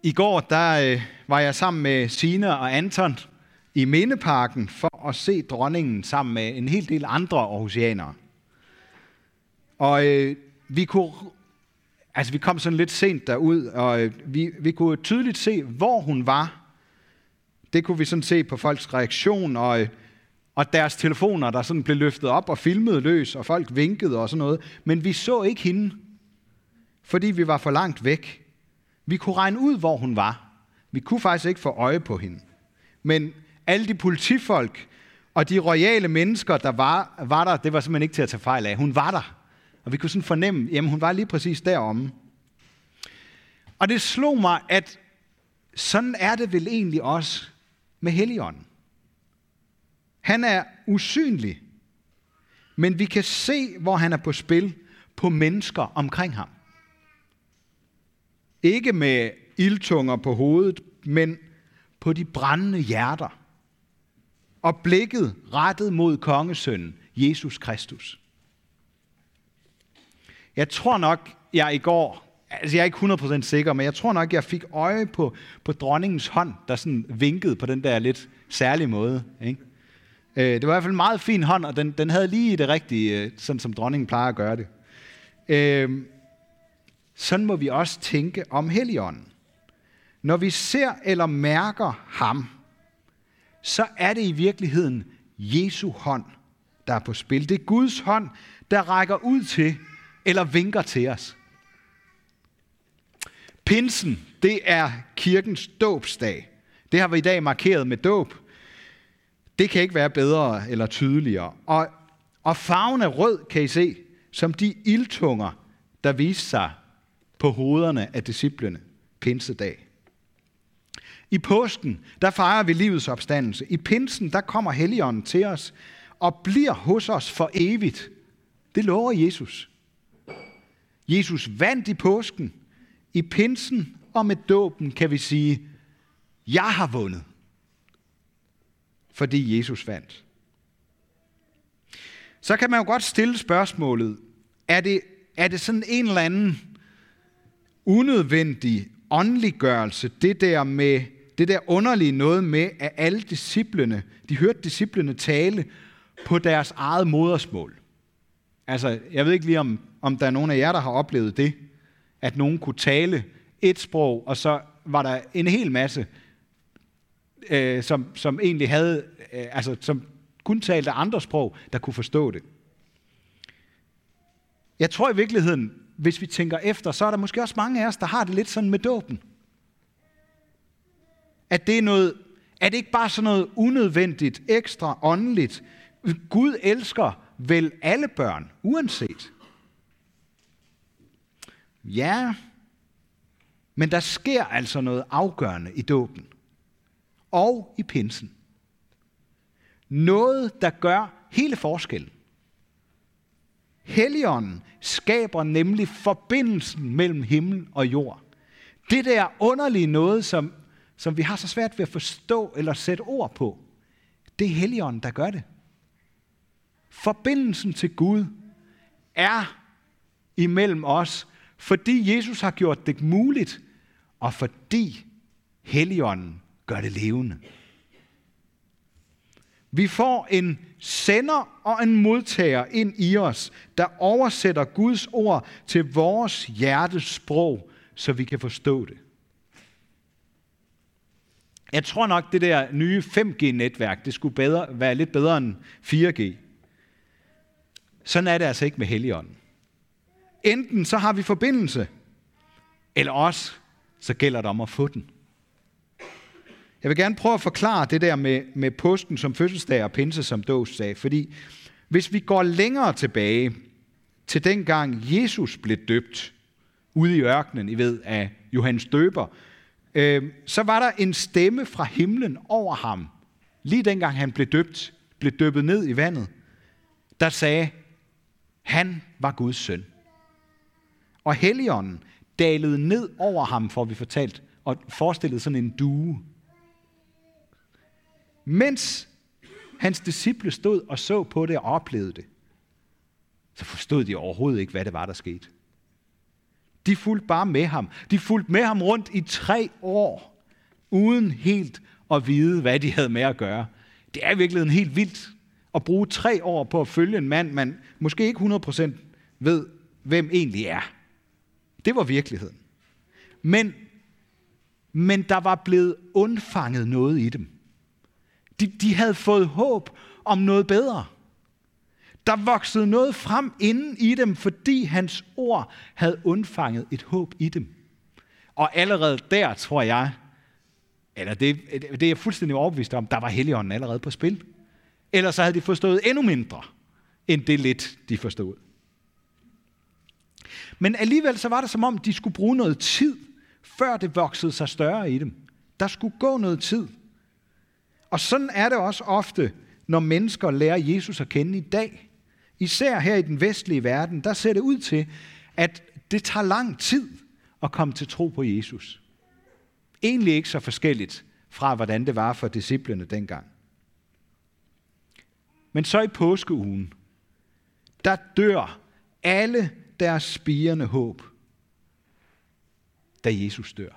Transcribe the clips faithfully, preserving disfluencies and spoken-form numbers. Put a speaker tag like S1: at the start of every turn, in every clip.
S1: I går der øh, var jeg sammen med Signe og Anton i Mindeparken for at se dronningen sammen med en hel del andre aarhusianere. Og øh, vi kunne, altså vi kom sådan lidt sent derud, og øh, vi, vi kunne tydeligt se, hvor hun var. Det kunne vi sådan se på folks reaktion, og, øh, og deres telefoner, der sådan blev løftet op og filmet løs, og folk vinkede og sådan noget. Men vi så ikke hende, fordi vi var for langt væk. Vi kunne regne ud, hvor hun var. Vi kunne faktisk ikke få øje på hende. Men alle de politifolk og de royale mennesker, der var, var der, det var simpelthen ikke til at tage fejl af. Hun var der. Og vi kunne sådan fornemme, jamen hun var lige præcis deromme. Og det slog mig, at sådan er det vel egentlig også med Helligånden. Han er usynlig, men vi kan se, hvor han er på spil på mennesker omkring ham. Ikke med ildtunger på hovedet, men på de brændende hjerter. Og blikket rettet mod kongesønnen, Jesus Kristus. Jeg tror nok, jeg i går, altså jeg er ikke hundrede procent sikker, men jeg tror nok, jeg fik øje på, på dronningens hånd, der sådan vinkede på den der lidt særlige måde. Ikke? Det var i hvert fald en meget fin hånd, og den, den havde lige det rigtige, sådan som dronningen plejer at gøre det. Sådan må vi også tænke om Helligånden. Når vi ser eller mærker ham, så er det i virkeligheden Jesu hånd, der er på spil. Det er Guds hånd, der rækker ud til eller vinker til os. Pinsen, det er kirkens dåbsdag. Det har vi i dag markeret med dåb. Det kan ikke være bedre eller tydeligere. Og, og farven er rød, kan I se, som de ildtunger, der viste sig på hovederne af disciplene pinsedag. I påsken, der fejrer vi livets opstandelse. I pinsen, der kommer Helligånden til os og bliver hos os for evigt. Det lover Jesus. Jesus vandt i påsken. I pinsen og med dåben kan vi sige, jeg har vundet. Fordi Jesus vandt. Så kan man jo godt stille spørgsmålet, er det, er det sådan en eller anden unødvendig åndeliggørelse, det der med det der underlige noget med, at alle disciplene, de hørte disciplene tale på deres eget modersmål. Altså, jeg ved ikke lige, om, om der er nogen af jer, der har oplevet det, at nogen kunne tale et sprog, og så var der en hel masse, øh, som, som egentlig havde, øh, altså som kun talte andre sprog, der kunne forstå det. Jeg tror i virkeligheden, hvis vi tænker efter, så er der måske også mange af os, der har det lidt sådan med dåben. At det er noget, er det ikke bare sådan noget unødvendigt, ekstra åndeligt? Gud elsker vel alle børn, uanset. Ja, men der sker altså noget afgørende i dåben. Og i pinsen. Noget, der gør hele forskellen. Helligånden skaber nemlig forbindelsen mellem himmel og jord. Det der underlige noget, som, som vi har så svært ved at forstå eller sætte ord på, det er Helligånden, der gør det. Forbindelsen til Gud er imellem os, fordi Jesus har gjort det muligt, og fordi Helligånden gør det levende. Vi får en sender og en modtager ind i os, der oversætter Guds ord til vores hjertes sprog, så vi kan forstå det. Jeg tror nok, det der nye fem G-netværk, det skulle bedre, være lidt bedre end fire G. Sådan er det altså ikke med Helligånden. Enten så har vi forbindelse, eller også så gælder det om at få den. Jeg vil gerne prøve at forklare det der med, med påsken som fødselsdag og pinse som dåbsdag, fordi hvis vi går længere tilbage til dengang Jesus blev døbt ude i ørkenen, I ved, af Johannes Døber, øh, så var der en stemme fra himlen over ham, lige dengang han blev døbt, blev døbet ned i vandet, der sagde, han var Guds søn. Og Helligånden dalede ned over ham, får vi fortalt, og forestillede sådan en due. Mens hans disciple stod og så på det og oplevede det, så forstod de overhovedet ikke, hvad det var, der skete. De fulgte bare med ham. De fulgte med ham rundt i tre år, uden helt at vide, hvad de havde med at gøre. Det er virkelig en helt vildt at bruge tre år på at følge en mand, man måske ikke hundrede procent ved, hvem egentlig er. Det var virkeligheden. Men, men der var blevet undfanget noget i dem. De, de havde fået håb om noget bedre. Der voksede noget frem inden i dem, fordi hans ord havde undfanget et håb i dem. Og allerede der, tror jeg, eller det, det er jeg fuldstændig overbevist om, der var Helligånden allerede på spil. Ellers så havde de forstået endnu mindre, end det lidt, de forstod. Men alligevel så var det som om, de skulle bruge noget tid, før det voksede sig større i dem. Der skulle gå noget tid. Og sådan er det også ofte, når mennesker lærer Jesus at kende i dag. Især her i den vestlige verden, der ser det ud til, at det tager lang tid at komme til tro på Jesus. Egentlig ikke så forskelligt fra, hvordan det var for disciplene dengang. Men så i påskeugen, der dør alle deres spirende håb, da Jesus dør.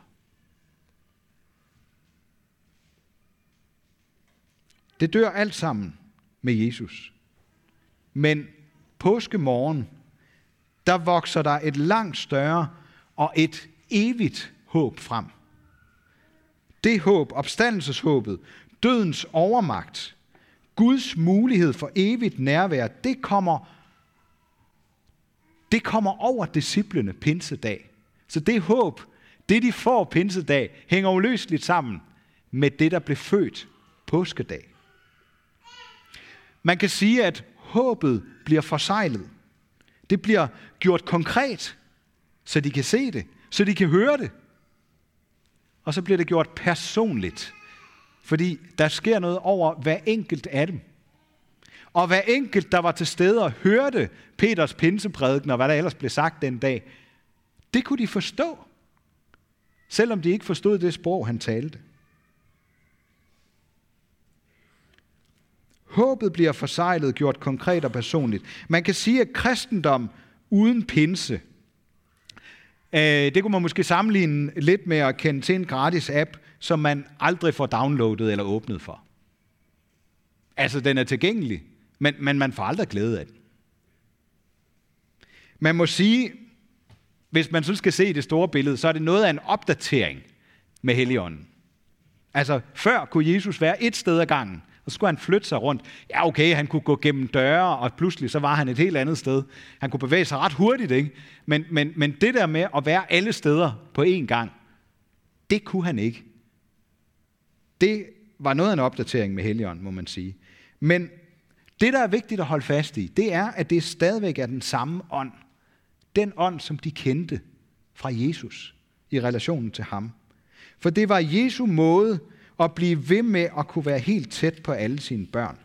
S1: Det dør alt sammen med Jesus. Men påskemorgen, der vokser der et langt større og et evigt håb frem. Det håb, opstandelseshåbet, dødens overmagt, Guds mulighed for evigt nærvær, det kommer, det kommer over disciplene pinsedag. Så det håb, det de får pinsedag, hænger uløseligt sammen med det, der blev født påskedag. Man kan sige, at håbet bliver forseglet. Det bliver gjort konkret, så de kan se det, så de kan høre det. Og så bliver det gjort personligt, fordi der sker noget over hver enkelt af dem. Og hver enkelt, der var til stede og hørte Peters pinseprædiken, og hvad der ellers blev sagt den dag, det kunne de forstå, selvom de ikke forstod det sprog, han talte. Håbet bliver forseglet, gjort konkret og personligt. Man kan sige, at kristendom uden pinse, det kunne man måske sammenligne lidt med at kende til en gratis app, som man aldrig får downloadet eller åbnet for. Altså, den er tilgængelig, men, men man får aldrig glæde af den. Man må sige, hvis man så skal se det store billede, så er det noget af en opdatering med Helligånden. Altså, før kunne Jesus være et sted ad gangen, og så skulle han flytte sig rundt. Ja, okay, han kunne gå gennem døre, og pludselig så var han et helt andet sted. Han kunne bevæge sig ret hurtigt, ikke? Men, men, men det der med at være alle steder på én gang, det kunne han ikke. Det var noget af en opdatering med Helligånden, må man sige. Men det, der er vigtigt at holde fast i, det er, at det stadigvæk er den samme ånd. Den ånd, som de kendte fra Jesus i relationen til ham. For det var Jesu måde at blive ved med at kunne være helt tæt på alle sine børn.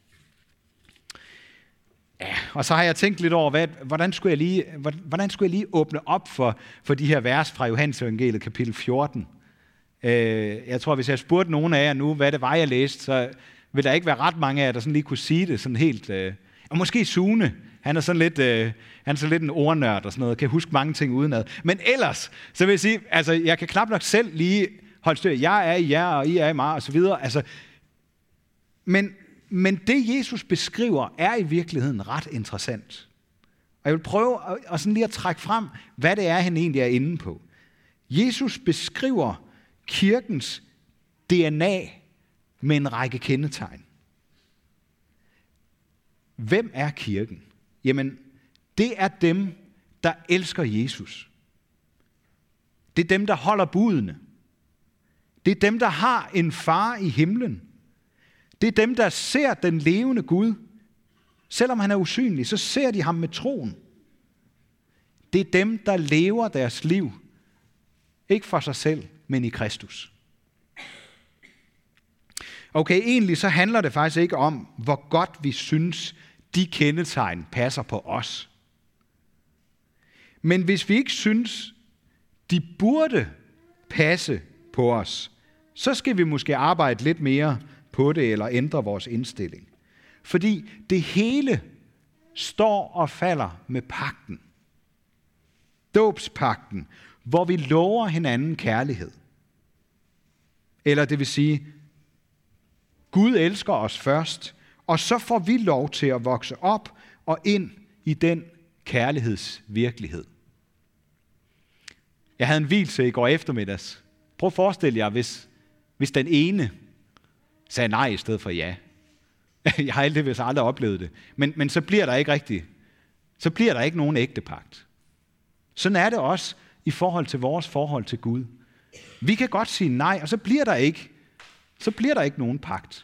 S1: Ja, og så har jeg tænkt lidt over, hvad, hvordan, skulle jeg lige, hvordan skulle jeg lige åbne op for, for de her vers fra Johannes evangeliet kapitel fjorten. Jeg tror, hvis jeg spurgte nogen af jer nu, hvad det var, jeg læste, så vil der ikke være ret mange af jer, der sådan lige kunne sige det sådan helt. Og måske Sune, han er sådan lidt, han er sådan lidt en ordnørd og sådan noget, kan huske mange ting udenad. Men ellers, så vil jeg sige, altså jeg kan knap nok selv lige holde styr. Jeg er i jer, og I er i mig, og så videre. Altså, men, men det, Jesus beskriver, er i virkeligheden ret interessant. Og jeg vil prøve at, at sådan lige at trække frem, hvad det er, han egentlig er inde på. Jesus beskriver kirkens D N A med en række kendetegn. Hvem er kirken? Jamen, det er dem, der elsker Jesus. Det er dem, der holder budene. Det er dem, der har en far i himlen. Det er dem, der ser den levende Gud. Selvom han er usynlig, så ser de ham med troen. Det er dem, der lever deres liv. Ikke for sig selv, men i Kristus. Okay, egentlig så handler det faktisk ikke om, hvor godt vi synes, de kendetegn passer på os. Men hvis vi ikke synes, de burde passe på os, så skal vi måske arbejde lidt mere på det, eller ændre vores indstilling. Fordi det hele står og falder med pagten. dåbspagten, hvor vi lover hinanden kærlighed. Eller det vil sige, Gud elsker os først, og så får vi lov til at vokse op og ind i den kærlighedsvirkelighed. Jeg havde en vielse i går eftermiddags. Prøv at forestille jer, hvis, hvis den ene sagde nej i stedet for ja. Jeg har heldigvis aldrig oplevet det. Men, men så bliver der ikke rigtigt. Så bliver der ikke nogen ægtepagt. Sådan er det også i forhold til vores forhold til Gud. Vi kan godt sige nej, og så bliver der ikke, så bliver der ikke nogen pagt.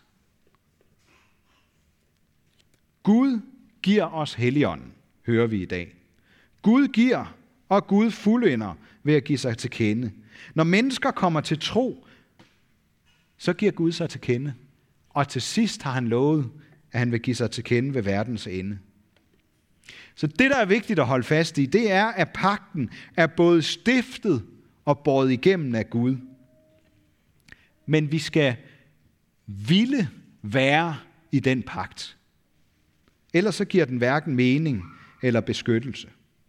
S1: Gud giver os Helligånden, hører vi i dag. Gud giver, og Gud fuldender ved at give sig til kende. Når mennesker kommer til tro, så giver Gud sig til kende. Og til sidst har han lovet, at han vil give sig til kende ved verdens ende. Så det, der er vigtigt at holde fast i, det er, at pagten er både stiftet og båret igennem af Gud. Men vi skal ville være i den pagt. Ellers så giver den hverken mening eller beskyttelse.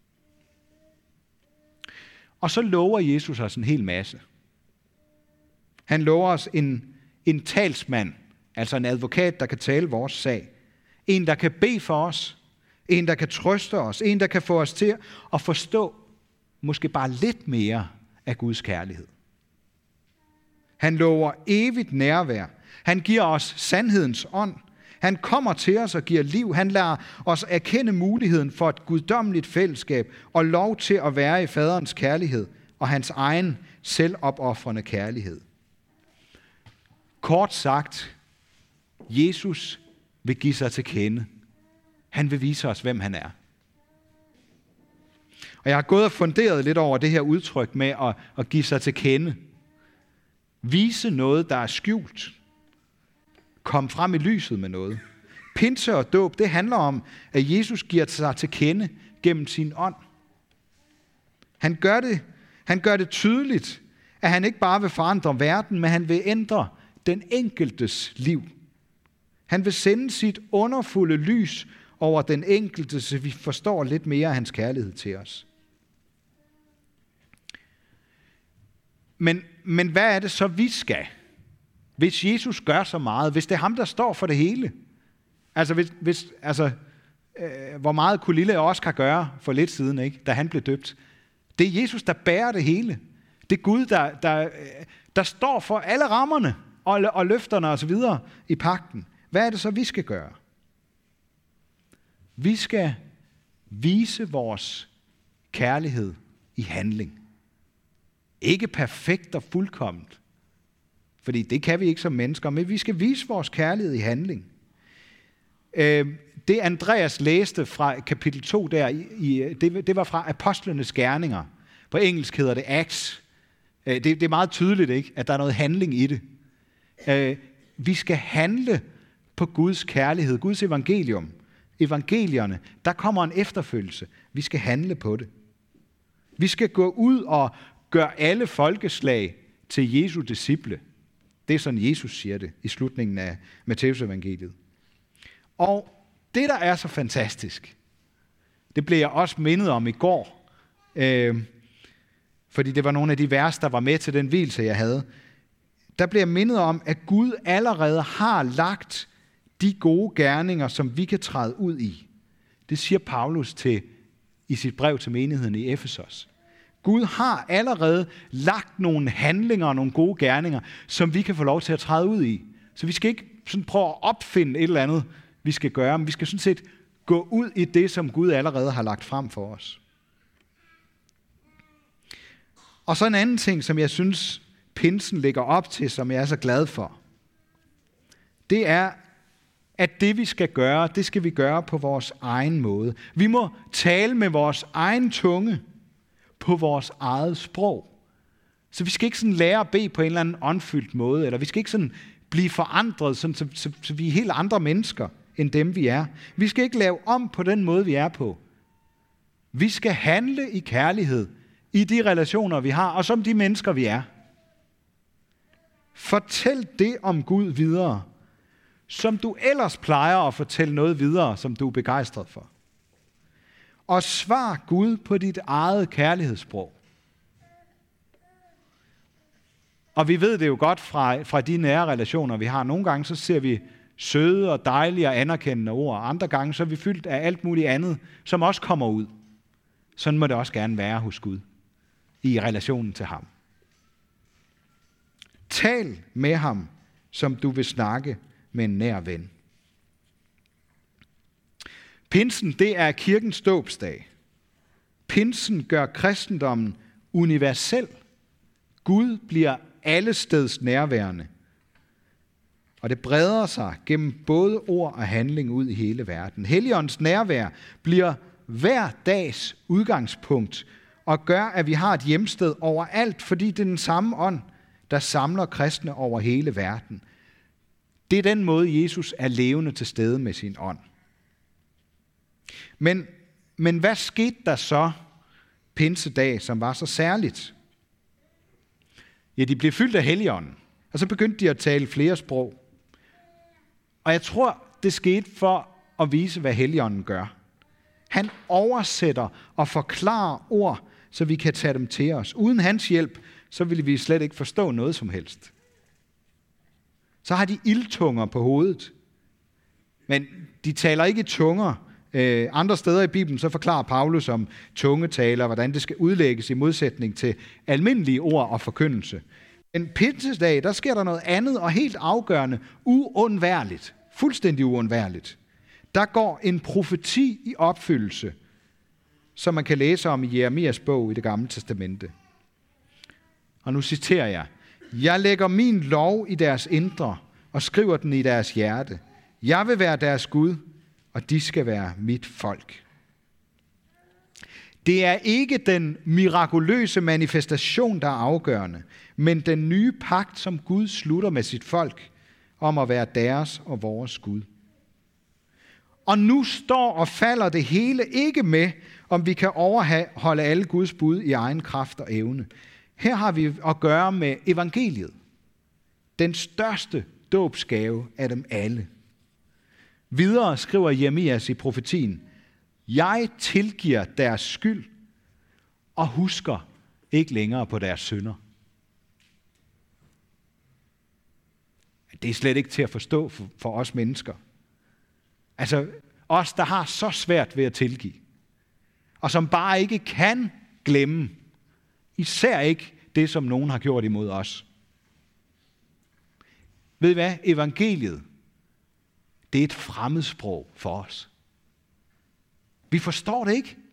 S1: Og så lover Jesus os en hel masse. Han lover os en, en talsmand, altså en advokat, der kan tale vores sag. En, der kan bede for os. En, der kan trøste os. En, der kan få os til at forstå måske bare lidt mere af Guds kærlighed. Han lover evigt nærvær. Han giver os sandhedens ånd. Han kommer til os og giver liv. Han lader os erkende muligheden for et guddommeligt fællesskab og lov til at være i faderens kærlighed og hans egen selvopofrende kærlighed. Kort sagt, Jesus vil give sig til kende. Han vil vise os, hvem han er. Og jeg har gået og funderet lidt over det her udtryk med at, at give sig til kende. Vise noget, der er skjult. Kom frem i lyset med noget. Pinse og dåb, det handler om, at Jesus giver sig til kende gennem sin ånd. Han gør det, han gør det tydeligt, at han ikke bare vil forandre verden, men han vil ændre den enkeltes liv. Han vil sende sit underfulde lys over den enkelte, så vi forstår lidt mere af hans kærlighed til os. Men, men hvad er det så, vi skal? Hvis Jesus gør så meget, hvis det er ham, der står for det hele. Altså, hvis, hvis, altså øh, hvor meget kunne lille Oscar gøre for lidt siden, ikke, da han blev døbt. Det er Jesus, der bærer det hele. Det er Gud, der, der, der står for alle rammerne og, og løfterne og så videre i pagten. Hvad er det så, vi skal gøre? Vi skal vise vores kærlighed i handling. Ikke perfekt og fuldkomment. Fordi det kan vi ikke som mennesker, men vi skal vise vores kærlighed i handling. Det Andreas læste fra kapitel to der, i, det, det var fra Apostlenes Gerninger. På engelsk hedder det Acts. Det, det er meget tydeligt, ikke, at der er noget handling i det. Vi skal handle på Guds kærlighed, Guds evangelium. Evangelierne, der kommer en efterfølgelse. Vi skal handle på det. Vi skal gå ud og gøre alle folkeslag til Jesu disciple. Det er sådan, Jesus siger det i slutningen af Matteus evangeliet. Og det, der er så fantastisk, det blev jeg også mindet om i går, øh, fordi det var nogle af de vers, der var med til den vielse, jeg havde. Der blev jeg mindet om, at Gud allerede har lagt de gode gerninger, som vi kan træde ud i. Det siger Paulus til, i sit brev til menigheden i Efesos. Gud har allerede lagt nogle handlinger og nogle gode gerninger, som vi kan få lov til at træde ud i. Så vi skal ikke sådan prøve at opfinde et eller andet, vi skal gøre, men vi skal sådan set gå ud i det, som Gud allerede har lagt frem for os. Og så en anden ting, som jeg synes, pinsen lægger op til, som jeg er så glad for, det er, at det vi skal gøre, det skal vi gøre på vores egen måde. Vi må tale med vores egen tunge på vores eget sprog. Så vi skal ikke sådan lære at bede på en eller anden åndfyldt måde, eller vi skal ikke sådan blive forandret, sådan, så, så, så vi er helt andre mennesker, end dem vi er. Vi skal ikke lave om på den måde, vi er på. Vi skal handle i kærlighed, i de relationer, vi har, og som de mennesker, vi er. Fortæl det om Gud videre, som du ellers plejer at fortælle noget videre, som du er begejstret for. og svar Gud på dit eget kærlighedssprog. Og vi ved det jo godt fra, fra de nære relationer, vi har. Nogle gange så ser vi søde og dejlige og anerkendende ord. Andre gange så er vi fyldt af alt muligt andet, som også kommer ud. Sådan må det også gerne være hos Gud i relationen til ham. Tal med ham, som du vil snakke med en nær ven. Pinsen, det er kirkens dåbsdag. Pinsen gør kristendommen universel. Gud bliver allesteds nærværende. Og det breder sig gennem både ord og handling ud i hele verden. Helligåndens nærvær bliver hver dags udgangspunkt og gør, at vi har et hjemsted overalt, fordi det er den samme ånd, der samler kristne over hele verden. Det er den måde, Jesus er levende til stede med sin ånd. Men, men hvad skete der så pinsedag, som var så særligt? Ja, de blev fyldt af Helligånden, og så begyndte de at tale flere sprog. Og jeg tror, det skete for at vise, hvad Helligånden gør. Han oversætter og forklarer ord, så vi kan tage dem til os. Uden hans hjælp, så ville vi slet ikke forstå noget som helst. Så har de ildtunger på hovedet. Men de taler ikke i tunger. Øh, andre steder i Bibelen, så forklarer Paulus om tungetaler, hvordan det skal udlægges i modsætning til almindelige ord og forkyndelse. Men pinsedag, der sker der noget andet og helt afgørende, uundværligt. Fuldstændig uundværligt. Der går en profeti i opfyldelse, som man kan læse om i Jeremias bog i Det Gamle Testamente. Og nu citerer jeg. Jeg lægger min lov i deres indre og skriver den i deres hjerte. Jeg vil være deres Gud, og de skal være mit folk. Det er ikke den mirakuløse manifestation, der er afgørende, men den nye pagt, som Gud slutter med sit folk, om at være deres og vores Gud. Og nu står og falder det hele ikke med, om vi kan overholde alle Guds bud i egen kraft og evne. Her har vi at gøre med evangeliet. Den største dåbsgave af dem alle. Videre skriver Jeremias i profetien, jeg tilgiver deres skyld og husker ikke længere på deres synder. Det er slet ikke til at forstå for, for os mennesker. Altså os, der har så svært ved at tilgive, og som bare ikke kan glemme, især ikke det, som nogen har gjort imod os. Ved I hvad? Evangeliet, det er et fremmedsprog for os. Vi forstår det ikke.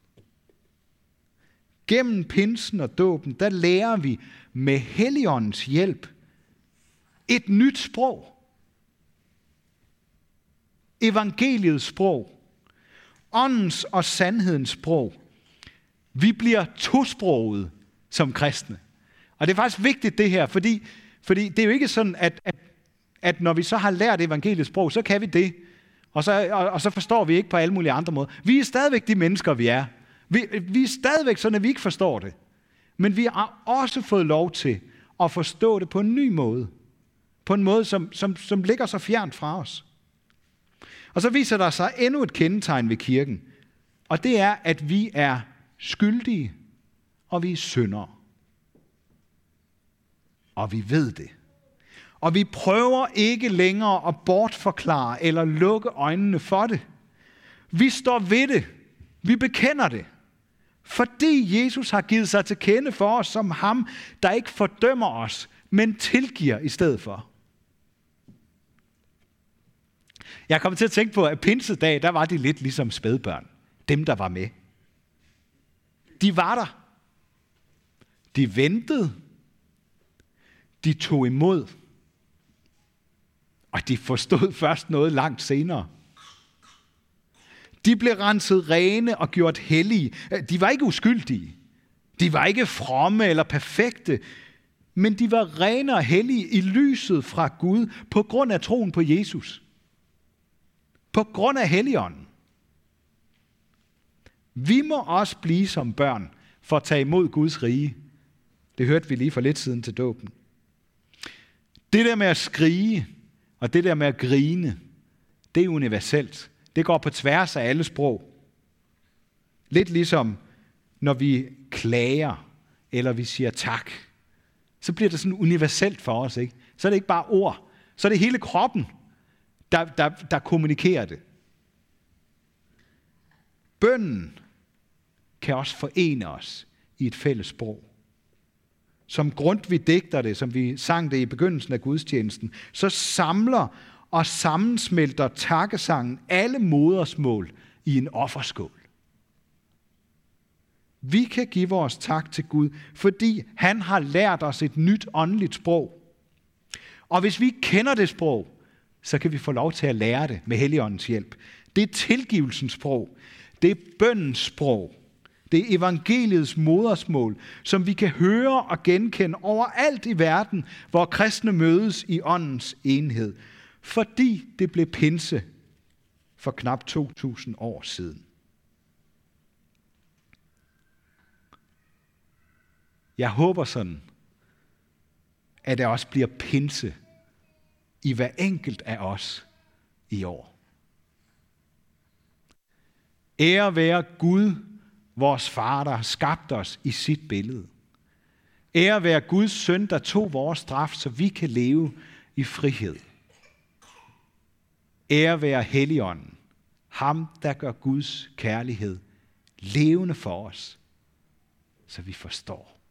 S1: Gennem pinsen og dåben, der lærer vi med Helligåndens hjælp et nyt sprog. Evangeliets sprog. Åndens og sandhedens sprog. Vi bliver tosproget som kristne. Og det er faktisk vigtigt det her, fordi, fordi det er jo ikke sådan, at, at, at når vi så har lært evangeliets sprog, så kan vi det. Og så, og, og så forstår vi ikke på alle mulige andre måder. Vi er stadigvæk de mennesker, vi er. Vi, vi er stadigvæk sådan, at vi ikke forstår det. Men vi har også fået lov til at forstå det på en ny måde. På en måde, som, som, som ligger så fjernt fra os. Og så viser der sig endnu et kendetegn ved kirken. Og det er, at vi er skyldige, og vi er syndere. Og vi ved det. Og vi prøver ikke længere at bortforklare eller lukke øjnene for det. Vi står ved det. Vi bekender det. Fordi Jesus har givet sig til kende for os som ham, der ikke fordømmer os, men tilgiver i stedet for. Jeg kom til at tænke på, at pinsedag, der var de lidt ligesom spædbørn. Dem, der var med. De var der. De ventede. De tog imod. Og de forstod først noget langt senere. De blev renset rene og gjort hellige. De var ikke uskyldige. De var ikke fromme eller perfekte. Men de var rene og hellige i lyset fra Gud på grund af troen på Jesus. På grund af Helligånden. Vi må også blive som børn for at tage imod Guds rige. Det hørte vi lige for lidt siden til dåben. Det der med at skrige og det der med at grine, det er universelt. Det går på tværs af alle sprog. Lidt ligesom når vi klager, eller vi siger tak, så bliver det sådan universelt for os, ikke? Så er det ikke bare ord, så er det hele kroppen, der, der, der kommunikerer det. Bønnen kan også forene os i et fælles sprog. Som Grundtvig digter det, som vi sang det i begyndelsen af gudstjenesten, så samler og sammensmelter takkesangen alle modersmål i en offerskål. Vi kan give vores tak til Gud, fordi han har lært os et nyt åndeligt sprog. Og hvis vi kender det sprog, så kan vi få lov til at lære det med Helligåndens hjælp. Det er tilgivelsens sprog. Det er bønnens sprog. Det er evangeliets modersmål, som vi kan høre og genkende overalt i verden, hvor kristne mødes i åndens enhed. Fordi det blev pinse for knap to tusind år siden. Jeg håber sådan, at det også bliver pinse i hver enkelt af os i år. Ære være Gud, vores far, der har skabt os i sit billede. Ære være Guds søn, der tog vores straf, så vi kan leve i frihed. Ære være Helligånden, ham der gør Guds kærlighed levende for os, så vi forstår.